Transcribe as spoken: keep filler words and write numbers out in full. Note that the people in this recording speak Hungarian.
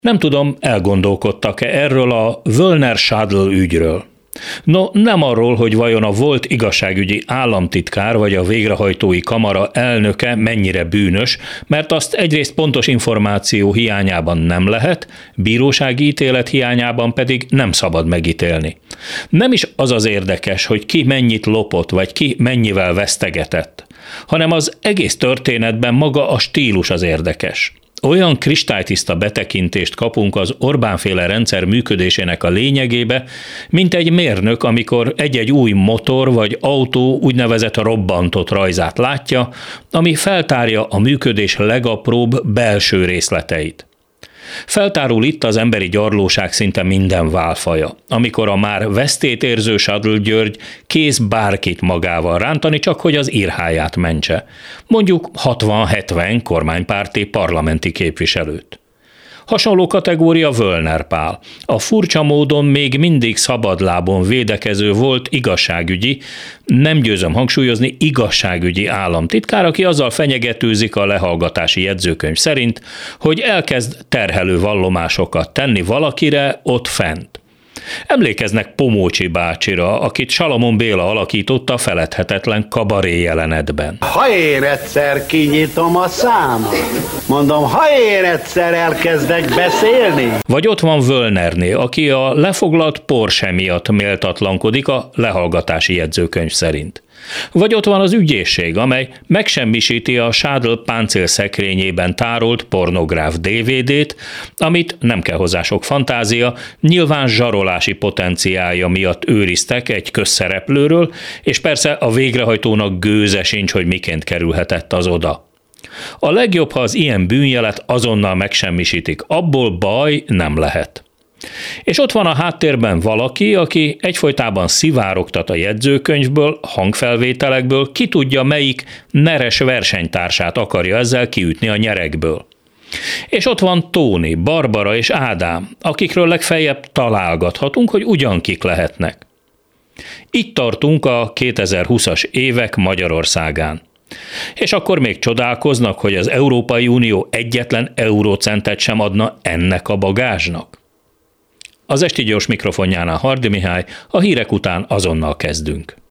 Nem tudom, elgondolkodtak-e erről a Wöllner Schadl ügyről. No, nem arról, hogy vajon a volt igazságügyi államtitkár vagy a végrehajtói kamara elnöke mennyire bűnös, mert azt egyrészt pontos információ hiányában nem lehet, bírósági ítélet hiányában pedig nem szabad megítélni. Nem is az az érdekes, hogy ki mennyit lopott, vagy ki mennyivel vesztegetett, hanem az egész történetben maga a stílus az érdekes. Olyan kristálytiszta betekintést kapunk az Orbán-féle rendszer működésének a lényegébe, mint egy mérnök, amikor egy-egy új motor vagy autó úgynevezett robbantott rajzát látja, ami feltárja a működés legapróbb belső részleteit. Feltárul itt az emberi gyarlóság szinte minden válfaja, amikor a már vesztét érző Schadl György kész bárkit magával rántani, csak hogy az irháját mentse. Mondjuk hatvan-hetven kormánypárti parlamenti képviselőt. Hasonló kategória Wöllner Pál. A furcsa módon még mindig szabadlábon védekező volt igazságügyi, nem győzöm hangsúlyozni, igazságügyi államtitkár, aki azzal fenyegetőzik a lehallgatási jegyzőkönyv szerint, hogy elkezd terhelő vallomásokat tenni valakire ott fent. Emlékeznek Pomócsi bácsira, akit Salamon Béla alakított a feledhetetlen kabaré jelenetben. Ha én egyszer kinyitom a számot, mondom, ha én egyszer elkezdek beszélni. Vagy ott van Wöllnerné, aki a lefoglalt Porsche miatt méltatlankodik a lehallgatási jegyzőkönyv szerint. Vagy ott van az ügyészség, amely megsemmisíti a Schadl páncélszekrényében tárolt pornográf dé vé dét, amit nem kell hozzá sok fantázia, nyilván zsarolási potenciálja miatt őriztek egy közszereplőről, és persze a végrehajtónak gőze sincs, hogy miként kerülhetett az oda. A legjobb, ha az ilyen bűnjelet azonnal megsemmisítik, abból baj nem lehet. És ott van a háttérben valaki, aki egyfolytában szivárogtat a jegyzőkönyvből, hangfelvételekből, ki tudja melyik neres versenytársát akarja ezzel kiütni a nyerekből. És ott van Tóni, Barbara és Ádám, akikről legfeljebb találgathatunk, hogy ugyankik lehetnek. Itt tartunk a kétezer-húszas évek Magyarországán. És akkor még csodálkoznak, hogy az Európai Unió egyetlen eurócentet sem adna ennek a bagázsnak. Az Esti Gyors mikrofonjánál Hardy Mihály, a hírek után azonnal kezdünk.